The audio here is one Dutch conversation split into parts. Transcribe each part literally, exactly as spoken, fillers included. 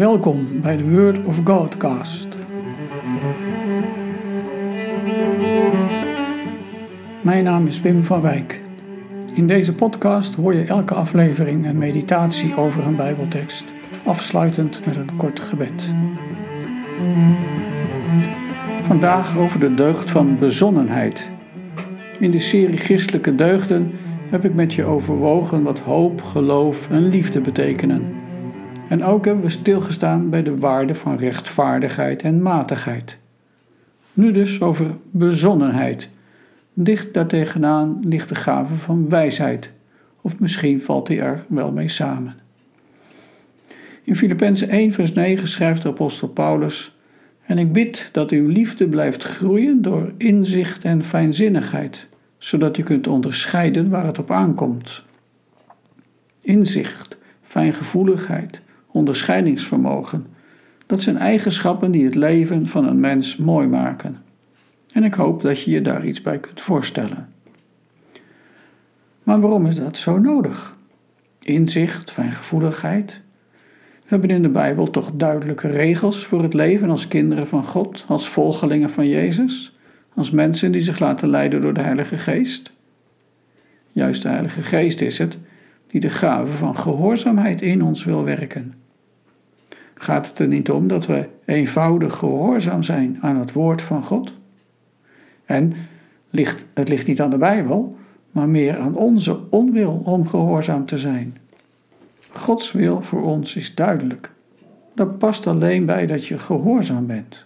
Welkom bij de Word of Godcast. Mijn naam is Wim van Wijk. In deze podcast hoor je elke aflevering een meditatie over een Bijbeltekst, afsluitend met een kort gebed. Vandaag over de deugd van bezonnenheid. In de serie Christelijke Deugden heb ik met je overwogen wat hoop, geloof en liefde betekenen. En ook hebben we stilgestaan bij de waarde van rechtvaardigheid en matigheid. Nu dus over bezonnenheid. Dicht daartegenaan ligt de gave van wijsheid, of misschien valt die er wel mee samen. In Filippenzen één vers negen schrijft de apostel Paulus: En ik bid dat uw liefde blijft groeien door inzicht en fijnzinnigheid, zodat u kunt onderscheiden waar het op aankomt. Inzicht, fijngevoeligheid, onderscheidingsvermogen, dat zijn eigenschappen die het leven van een mens mooi maken. En ik hoop dat je je daar iets bij kunt voorstellen. Maar waarom is dat zo nodig? Inzicht, fijngevoeligheid. We hebben in de Bijbel toch duidelijke regels voor het leven als kinderen van God, als volgelingen van Jezus, als mensen die zich laten leiden door de Heilige Geest. Juist de Heilige Geest is het die de gave van gehoorzaamheid in ons wil werken. Gaat het er niet om dat we eenvoudig gehoorzaam zijn aan het woord van God? En ligt, het ligt niet aan de Bijbel, maar meer aan onze onwil om gehoorzaam te zijn. Gods wil voor ons is duidelijk. Dat past alleen bij dat je gehoorzaam bent.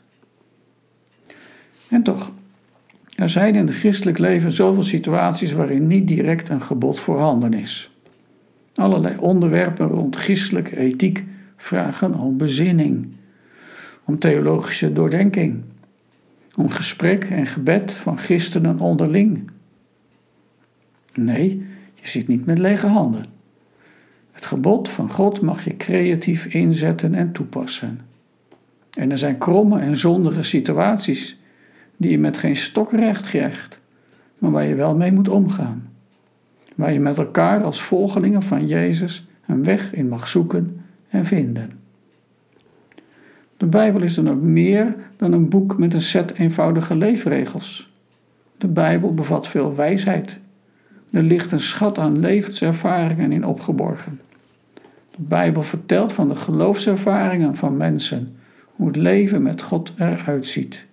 En toch, er zijn in het christelijk leven zoveel situaties waarin niet direct een gebod voorhanden is. Allerlei onderwerpen rond christelijke ethiek vragen om bezinning, om theologische doordenking, om gesprek en gebed van christenen onderling. Nee, je zit niet met lege handen. Het gebod van God mag je creatief inzetten en toepassen. En er zijn kromme en zondige situaties die je met geen stok recht krijgt, maar waar je wel mee moet omgaan. Waar je met elkaar als volgelingen van Jezus een weg in mag zoeken en vinden. De Bijbel is dan ook meer dan een boek met een set eenvoudige leefregels. De Bijbel bevat veel wijsheid. Er ligt een schat aan levenservaringen in opgeborgen. De Bijbel vertelt van de geloofservaringen van mensen, hoe het leven met God eruit ziet.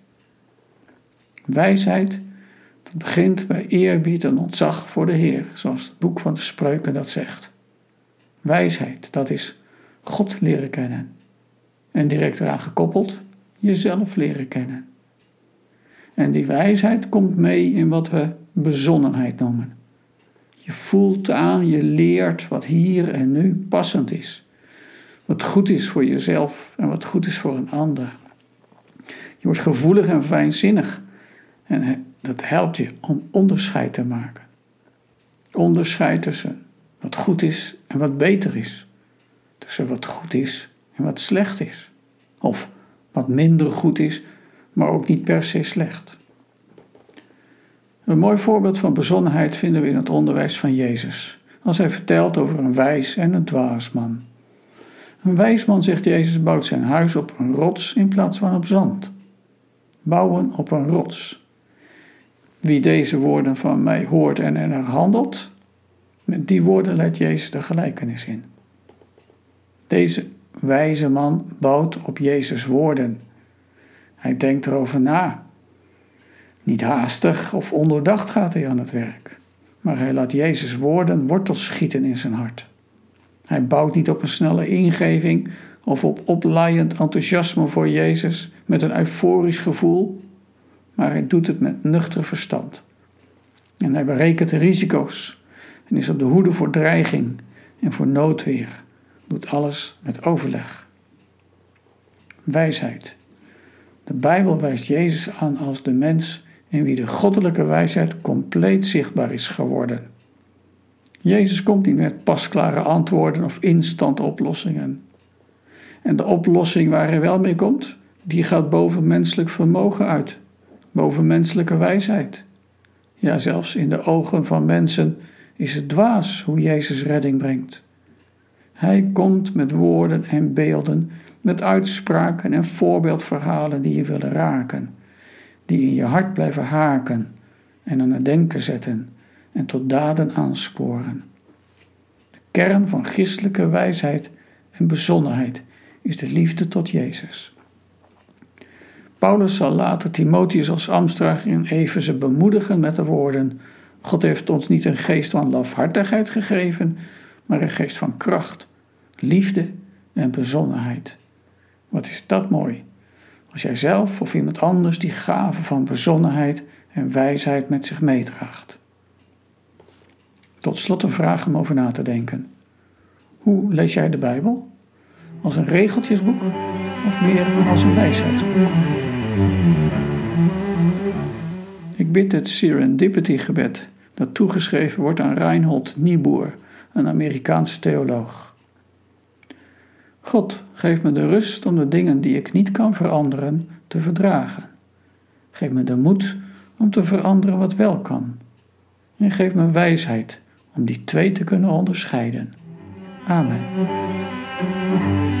Wijsheid, dat begint bij eerbied en ontzag voor de Heer, zoals het boek van de Spreuken dat zegt. Wijsheid, dat is God leren kennen. En direct eraan gekoppeld, jezelf leren kennen. En die wijsheid komt mee in wat we bezonnenheid noemen. Je voelt aan, je leert wat hier en nu passend is. Wat goed is voor jezelf en wat goed is voor een ander. Je wordt gevoelig en fijnzinnig. En dat helpt je om onderscheid te maken. Onderscheid tussen wat goed is en wat beter is. Tussen wat goed is en wat slecht is. Of wat minder goed is, maar ook niet per se slecht. Een mooi voorbeeld van bezonnenheid vinden we in het onderwijs van Jezus, als hij vertelt over een wijs en een dwaas man. Een wijs man, zegt Jezus, bouwt zijn huis op een rots in plaats van op zand. Bouwen op een rots. Wie deze woorden van mij hoort en er naar handelt, met die woorden leidt Jezus de gelijkenis in. Deze wijze man bouwt op Jezus' woorden. Hij denkt erover na. Niet haastig of ondoordacht gaat hij aan het werk, maar hij laat Jezus' woorden wortels schieten in zijn hart. Hij bouwt niet op een snelle ingeving of op oplaaiend enthousiasme voor Jezus met een euforisch gevoel, maar hij doet het met nuchter verstand. En hij berekent de risico's en is op de hoede voor dreiging en voor noodweer. Doet alles met overleg. Wijsheid. De Bijbel wijst Jezus aan als de mens in wie de goddelijke wijsheid compleet zichtbaar is geworden. Jezus komt niet met pasklare antwoorden of instant oplossingen. En de oplossing waar hij wel mee komt, die gaat boven menselijk vermogen uit, boven menselijke wijsheid. Ja, zelfs in de ogen van mensen is het dwaas hoe Jezus redding brengt. Hij komt met woorden en beelden, met uitspraken en voorbeeldverhalen die je willen raken, die in je hart blijven haken en aan het denken zetten en tot daden aansporen. De kern van christelijke wijsheid en bezonnenheid is de liefde tot Jezus. Paulus zal later Timotheus als ambtsdrager in Efeze bemoedigen met de woorden: God heeft ons niet een geest van lafhartigheid gegeven, maar een geest van kracht, liefde en bezonnenheid. Wat is dat mooi, als jij zelf of iemand anders die gave van bezonnenheid en wijsheid met zich meedraagt. Tot slot een vraag om over na te denken. Hoe lees jij de Bijbel? Als een regeltjesboek of meer als een wijsheidsboek? Ik bid het Serendipity-gebed dat toegeschreven wordt aan Reinhold Niebuhr, een Amerikaanse theoloog. God, geef me de rust om de dingen die ik niet kan veranderen te verdragen. Geef me de moed om te veranderen wat wel kan. En geef me wijsheid om die twee te kunnen onderscheiden. Amen.